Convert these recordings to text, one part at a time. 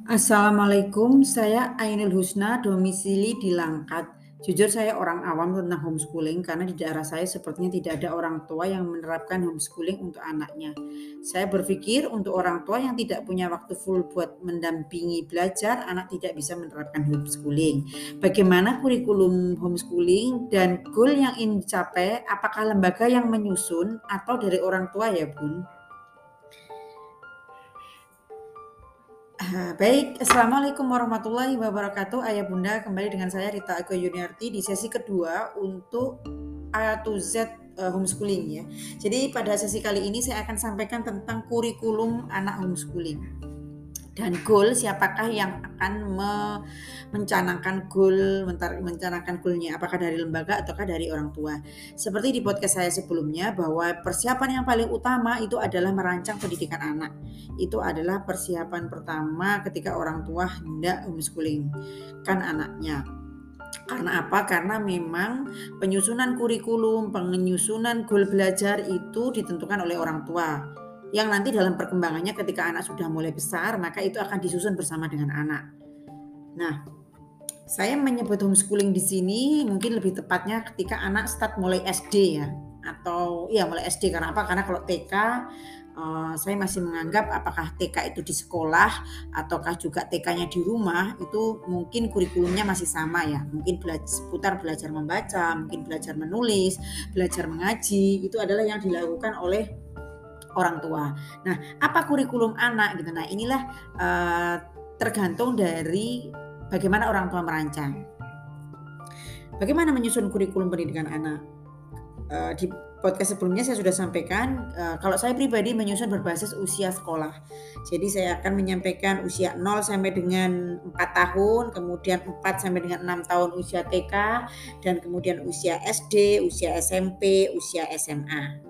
Assalamualaikum, saya Ainul Husna, domisili di Langkat. Jujur saya orang awam tentang homeschooling karena di daerah saya sepertinya tidak ada orang tua yang menerapkan homeschooling untuk anaknya. Saya berpikir untuk orang tua yang tidak punya waktu full buat mendampingi belajar, anak tidak bisa menerapkan homeschooling. Bagaimana kurikulum homeschooling dan goal yang ingin dicapai, apakah lembaga yang menyusun atau dari orang tua ya Bun? Baik, Assalamualaikum warahmatullahi wabarakatuh. Ayah Bunda, kembali dengan saya Rita Eko Yuniarti di sesi kedua untuk A to Z homeschooling ya. Jadi pada sesi kali ini saya akan sampaikan tentang kurikulum anak homeschooling dan goal siapakah yang akan mencanangkan mencanangkan goalnya, apakah dari lembaga ataukah dari orang tua. Seperti di podcast saya sebelumnya bahwa persiapan yang paling utama itu adalah merancang pendidikan anak. Itu adalah persiapan pertama ketika orang tua hendak homeschooling kan anaknya. Karena apa? Karena memang penyusunan kurikulum, penyusunan goal belajar itu ditentukan oleh orang tua. Yang nanti dalam perkembangannya ketika anak sudah mulai besar, maka itu akan disusun bersama dengan anak. Nah, saya menyebut homeschooling di sini mungkin lebih tepatnya ketika anak start mulai SD ya, atau ya mulai SD. Karena apa? Karena kalau TK saya masih menganggap apakah TK itu di sekolah ataukah juga TK-nya di rumah, itu mungkin kurikulumnya masih sama ya. Mungkin seputar belajar membaca, mungkin belajar menulis, belajar mengaji, itu adalah yang dilakukan oleh orang tua. Nah, apa kurikulum anak gitu. Nah, inilah tergantung dari bagaimana orang tua merancang. Bagaimana menyusun kurikulum pendidikan anak? Di podcast sebelumnya saya sudah sampaikan, kalau saya pribadi menyusun berbasis usia sekolah. Jadi saya akan menyampaikan usia 0 sampai dengan 4 tahun, kemudian 4 sampai dengan 6 tahun usia TK, dan kemudian usia SD, usia SMP, usia SMA.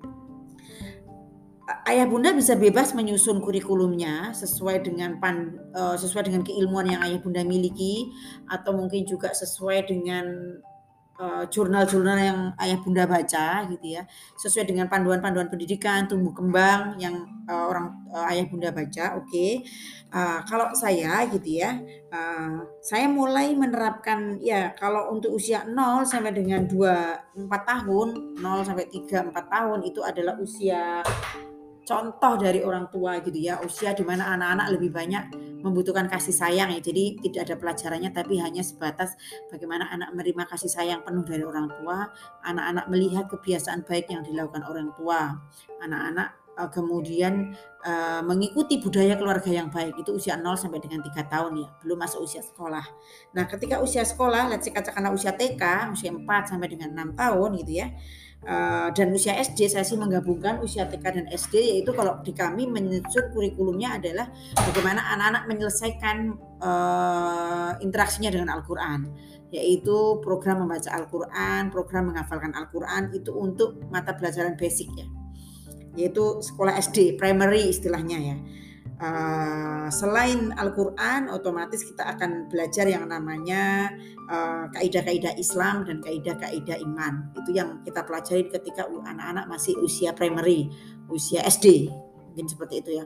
Ayah Bunda bisa bebas menyusun kurikulumnya sesuai dengan keilmuan yang Ayah Bunda miliki, atau mungkin juga sesuai dengan jurnal-jurnal yang Ayah Bunda baca gitu ya, sesuai dengan panduan-panduan pendidikan tumbuh kembang yang Ayah Bunda baca. Oke. Kalau saya gitu ya, saya mulai menerapkan ya kalau untuk usia 0 sampai dengan 4 tahun, 0 sampai 3 4 tahun itu adalah usia contoh dari orang tua gitu ya, usia di mana anak-anak lebih banyak membutuhkan kasih sayang ya. Jadi tidak ada pelajarannya tapi hanya sebatas bagaimana anak menerima kasih sayang penuh dari orang tua, anak-anak melihat kebiasaan baik yang dilakukan orang tua. Anak-anak kemudian mengikuti budaya keluarga yang baik, itu usia 0 sampai dengan 3 tahun ya, belum masuk usia sekolah. Nah, ketika usia sekolah, let's say katakanlah usia TK, usia 4 sampai dengan 6 tahun gitu ya, dan usia SD saya sih menggabungkan usia TK dan SD, yaitu kalau di kami menyusun kurikulumnya adalah bagaimana anak-anak menyelesaikan interaksinya dengan Al-Quran, yaitu program membaca Al-Quran, program menghafalkan Al-Quran itu untuk mata pelajaran basic ya, yaitu sekolah SD, primary istilahnya ya. Selain Al-Quran, otomatis kita akan belajar yang namanya kaidah-kaidah Islam dan kaidah-kaidah iman. Itu yang kita pelajari ketika anak-anak masih usia primary, usia SD, mungkin seperti itu ya.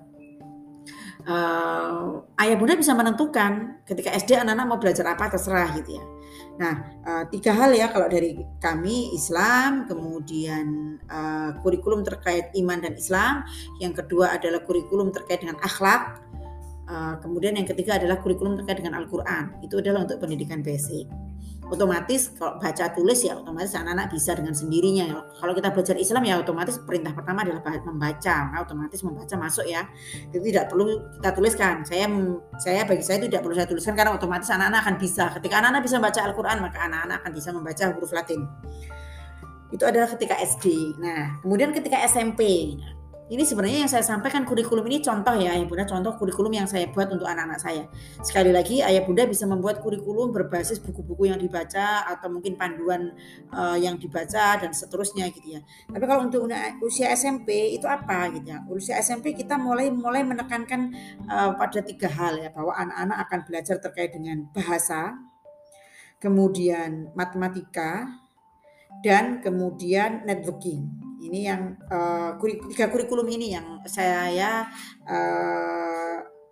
Ayah bunda bisa menentukan ketika SD anak-anak mau belajar apa, terserah gitu ya. Nah, 3 hal ya kalau dari kami, Islam, kemudian kurikulum terkait iman dan Islam, yang kedua adalah kurikulum terkait dengan akhlak, kemudian yang ketiga adalah kurikulum terkait dengan Al-Quran. Itu adalah untuk pendidikan basic. Otomatis kalau baca tulis ya otomatis anak-anak bisa dengan sendirinya ya. Kalau kita belajar Islam ya otomatis perintah pertama adalah membaca, maka otomatis membaca masuk ya. Itu tidak perlu kita tuliskan. Bagi saya itu tidak perlu saya tuliskan karena otomatis anak-anak akan bisa. Ketika anak-anak bisa membaca Al-Quran, maka anak-anak akan bisa membaca huruf Latin. Itu adalah ketika SD. Nah, kemudian ketika SMP. Ini sebenarnya yang saya sampaikan kurikulum ini contoh ya, Ayah Bunda, contoh kurikulum yang saya buat untuk anak-anak saya. Sekali lagi, Ayah Bunda bisa membuat kurikulum berbasis buku-buku yang dibaca atau mungkin panduan yang dibaca dan seterusnya gitu ya. Tapi kalau untuk usia SMP itu apa gitu ya? Usia SMP kita mulai menekankan pada 3 hal ya, bahwa anak-anak akan belajar terkait dengan bahasa, kemudian matematika, dan kemudian networking. Ini yang 3 kurikulum ini yang saya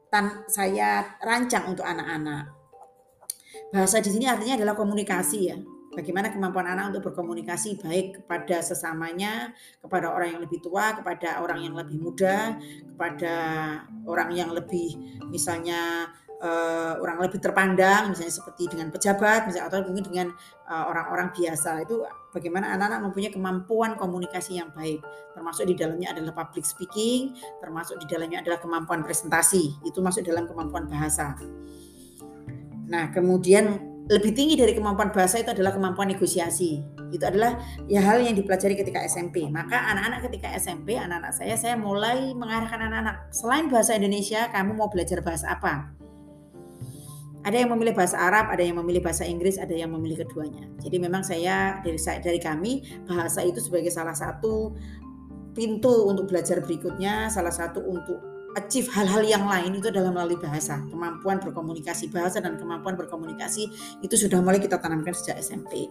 saya rancang untuk anak-anak. Bahasa di sini artinya adalah komunikasi ya. Bagaimana kemampuan anak untuk berkomunikasi baik kepada sesamanya, kepada orang yang lebih tua, kepada orang yang lebih muda, kepada orang yang lebih misalnya orang lebih terpandang, misalnya seperti dengan pejabat, misalnya atau mungkin dengan orang-orang biasa. Itu bagaimana anak-anak mempunyai kemampuan komunikasi yang baik. Termasuk di dalamnya adalah public speaking, termasuk di dalamnya adalah kemampuan presentasi. Itu masuk dalam kemampuan bahasa. Nah, kemudian lebih tinggi dari kemampuan bahasa itu adalah kemampuan negosiasi. Itu adalah ya hal yang dipelajari ketika SMP. Maka anak-anak ketika SMP, anak-anak saya mulai mengarahkan anak-anak, selain bahasa Indonesia, kamu mau belajar bahasa apa? Ada yang memilih bahasa Arab, ada yang memilih bahasa Inggris, ada yang memilih keduanya. Jadi memang dari kami, bahasa itu sebagai salah satu pintu untuk belajar berikutnya, salah satu untuk achieve hal-hal yang lain itu adalah melalui bahasa. Kemampuan berkomunikasi, bahasa dan kemampuan berkomunikasi itu sudah mulai kita tanamkan sejak SMP.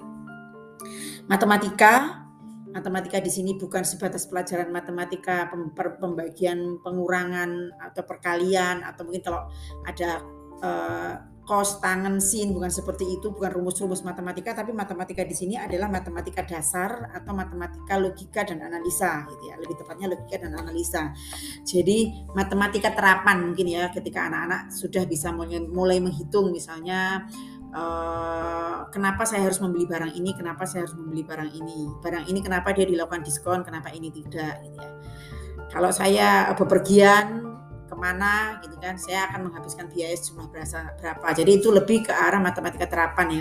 Matematika di sini bukan sebatas pelajaran matematika pembagian pengurangan atau perkalian, atau mungkin kalau ada cos, tangen, sin, bukan seperti itu, bukan rumus-rumus matematika, tapi matematika di sini adalah matematika dasar atau matematika logika dan analisa gitu ya. Lebih tepatnya logika dan analisa. Jadi matematika terapan mungkin ya, ketika anak-anak sudah bisa mulai menghitung misalnya kenapa saya harus membeli barang ini, kenapa saya harus membeli barang ini kenapa dia dilakukan diskon, kenapa ini tidak gitu ya. Kalau saya bepergian kemana gitu kan, saya akan menghabiskan biaya sejumlah berapa. Jadi itu lebih ke arah matematika terapan yang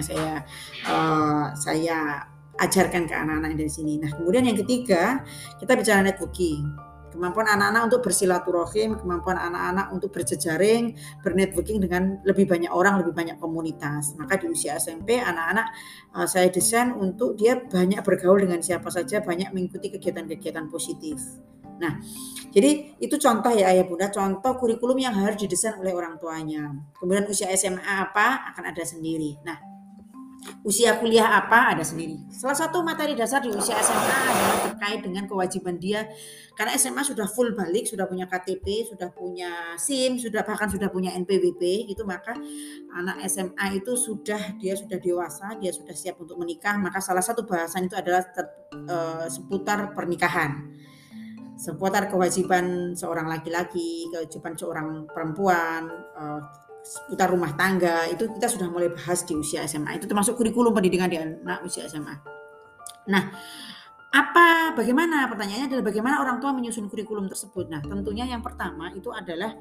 saya ajarkan ke anak-anak dari sini. Nah, kemudian yang ketiga, kita bicara networking. Kemampuan anak-anak untuk bersilaturahim, kemampuan anak-anak untuk berjejaring, bernetworking dengan lebih banyak orang, lebih banyak komunitas. Maka di usia SMP, anak-anak saya desain untuk dia banyak bergaul dengan siapa saja, banyak mengikuti kegiatan-kegiatan positif. Nah, jadi itu contoh ya Ayah Bunda, contoh kurikulum yang harus didesain oleh orang tuanya. Kemudian usia SMA apa akan ada sendiri. Nah, usia kuliah apa ada sendiri. Salah satu materi dasar di usia SMA adalah terkait dengan kewajiban dia, karena SMA sudah full balik, sudah punya KTP, sudah punya SIM, bahkan sudah punya NPWP, itu maka anak SMA itu dia sudah dewasa, dia sudah siap untuk menikah. Maka salah satu bahasan itu adalah seputar pernikahan, seputar kewajiban seorang laki-laki, kewajiban seorang perempuan, seputar rumah tangga. Itu kita sudah mulai bahas di usia SMA. Itu termasuk kurikulum pendidikan di anak usia SMA. Nah, bagaimana? Pertanyaannya adalah bagaimana orang tua menyusun kurikulum tersebut. Nah, tentunya yang pertama itu adalah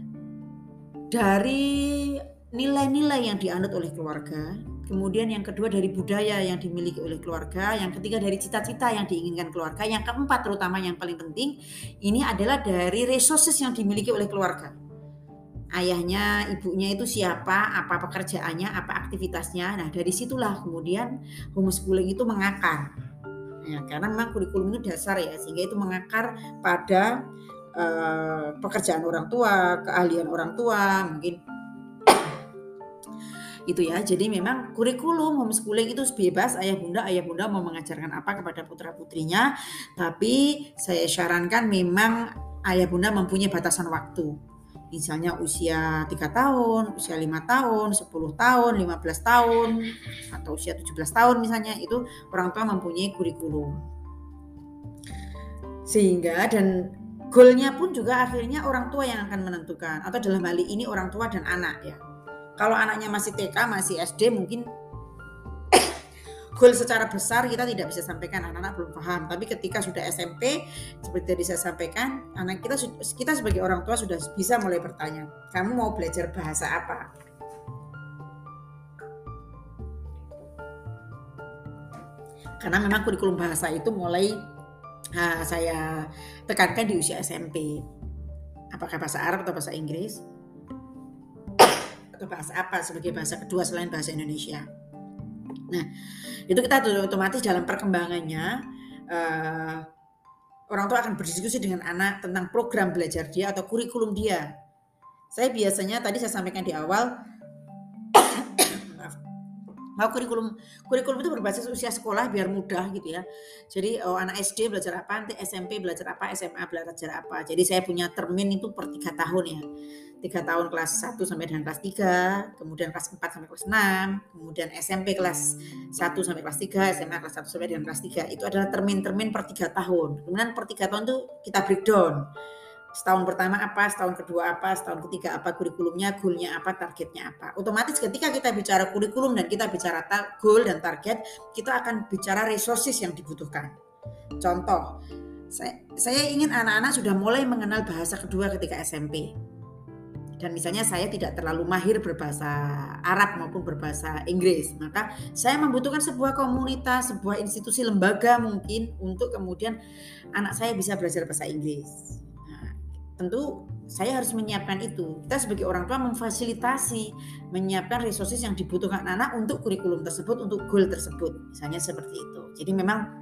dari nilai-nilai yang dianut oleh keluarga. Kemudian yang kedua dari budaya yang dimiliki oleh keluarga, yang ketiga dari cita-cita yang diinginkan keluarga, yang keempat terutama yang paling penting ini adalah dari resources yang dimiliki oleh keluarga. Ayahnya, ibunya itu siapa, apa pekerjaannya, apa aktivitasnya. Nah, dari situlah kemudian homeschooling itu mengakar. Ya, karena memang kurikulum itu dasar ya, sehingga itu mengakar pada pekerjaan orang tua, keahlian orang tua, mungkin itu ya. Jadi memang kurikulum homeschooling itu bebas ayah bunda mau mengajarkan apa kepada putra putrinya, tapi saya sarankan memang ayah bunda mempunyai batasan waktu. Misalnya usia 3 tahun, usia 5 tahun, 10 tahun, 15 tahun, atau usia 17 tahun misalnya, itu orang tua mempunyai kurikulum. Sehingga dan goalnya pun juga akhirnya orang tua yang akan menentukan, atau dalam hal ini orang tua dan anak ya. Kalau anaknya masih TK, masih SD, mungkin goal secara besar kita tidak bisa sampaikan, anak-anak belum paham. Tapi ketika sudah SMP, seperti tadi saya sampaikan, anak kita sebagai orang tua sudah bisa mulai bertanya, kamu mau belajar bahasa apa? Karena memang kurikulum bahasa itu mulai saya tekankan di usia SMP. Apakah bahasa Arab atau bahasa Inggris? Atau bahasa apa sebagai bahasa kedua selain bahasa Indonesia? Nah, itu kita otomatis dalam perkembangannya orang tua akan berdiskusi dengan anak tentang program belajar dia atau kurikulum dia. Saya biasanya tadi saya sampaikan di awal Mau kurikulum itu berbasis usia sekolah biar mudah gitu ya. Jadi anak SD belajar apa, nanti SMP belajar apa, SMA belajar apa. Jadi saya punya termin itu per 3 tahun ya. 3 tahun kelas 1 sampai dengan kelas 3, kemudian kelas 4 sampai kelas 6, kemudian SMP kelas 1 sampai kelas 3, SMA kelas 1 sampai dengan kelas 3. Itu adalah termin-termin per 3 tahun. Kemudian per 3 tahun itu kita breakdown. Setahun pertama apa, setahun kedua apa, setahun ketiga apa, kurikulumnya, goalnya apa, targetnya apa. Otomatis ketika kita bicara kurikulum dan kita bicara goal dan target, kita akan bicara resources yang dibutuhkan. Contoh, saya ingin anak-anak sudah mulai mengenal bahasa kedua ketika SMP. Dan misalnya saya tidak terlalu mahir berbahasa Arab maupun berbahasa Inggris, maka saya membutuhkan sebuah komunitas, sebuah institusi lembaga mungkin untuk kemudian anak saya bisa belajar bahasa Inggris. Nah, tentu saya harus menyiapkan itu. Kita sebagai orang tua memfasilitasi, menyiapkan resources yang dibutuhkan anak untuk kurikulum tersebut, untuk goal tersebut, misalnya seperti itu. Jadi memang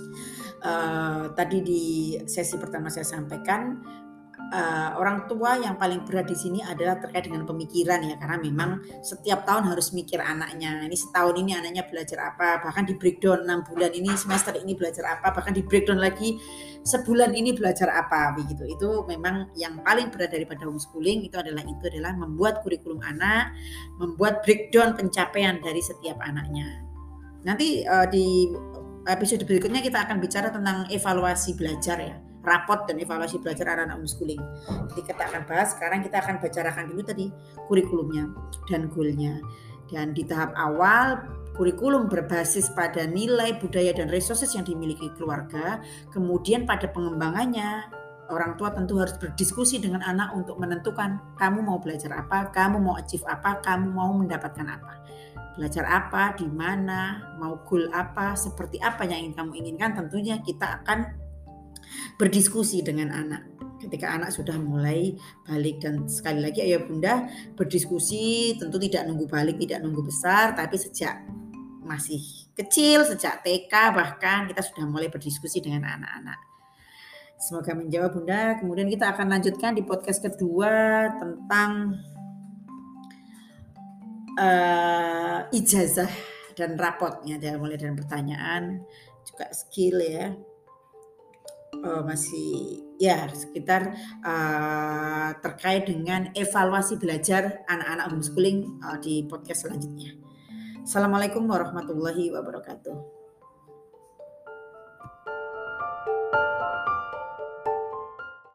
tadi di sesi pertama saya sampaikan, orang tua yang paling berat di sini adalah terkait dengan pemikiran ya, karena memang setiap tahun harus mikir anaknya. Ini setahun ini anaknya belajar apa, bahkan di breakdown 6 bulan ini semester ini belajar apa, bahkan di breakdown lagi sebulan ini belajar apa begitu. Itu memang yang paling berat daripada homeschooling itu adalah membuat kurikulum anak, membuat breakdown pencapaian dari setiap anaknya. Nanti di episode berikutnya kita akan bicara tentang evaluasi belajar ya, rapot dan evaluasi belajar anak-anak homeschooling. Jadi kita akan bahas, sekarang kita akan bicarakan dulu tadi kurikulumnya dan goalnya. Dan di tahap awal, kurikulum berbasis pada nilai, budaya, dan resources yang dimiliki keluarga. Kemudian pada pengembangannya, orang tua tentu harus berdiskusi dengan anak untuk menentukan kamu mau belajar apa, kamu mau achieve apa, kamu mau mendapatkan apa. Belajar apa, di mana, mau goal apa, seperti apa yang ingin kamu inginkan, tentunya kita akan berdiskusi dengan anak. Ketika anak sudah mulai balik, dan sekali lagi ayah bunda berdiskusi tentu tidak nunggu balik, tidak nunggu besar, tapi sejak masih kecil, sejak TK bahkan kita sudah mulai berdiskusi dengan anak-anak. Semoga menjawab bunda. Kemudian kita akan lanjutkan di podcast kedua tentang ijazah dan rapotnya, mulai dari pertanyaan juga skill ya. Masih ya sekitar terkait dengan evaluasi belajar anak-anak homeschooling di podcast selanjutnya. Assalamualaikum warahmatullahi wabarakatuh.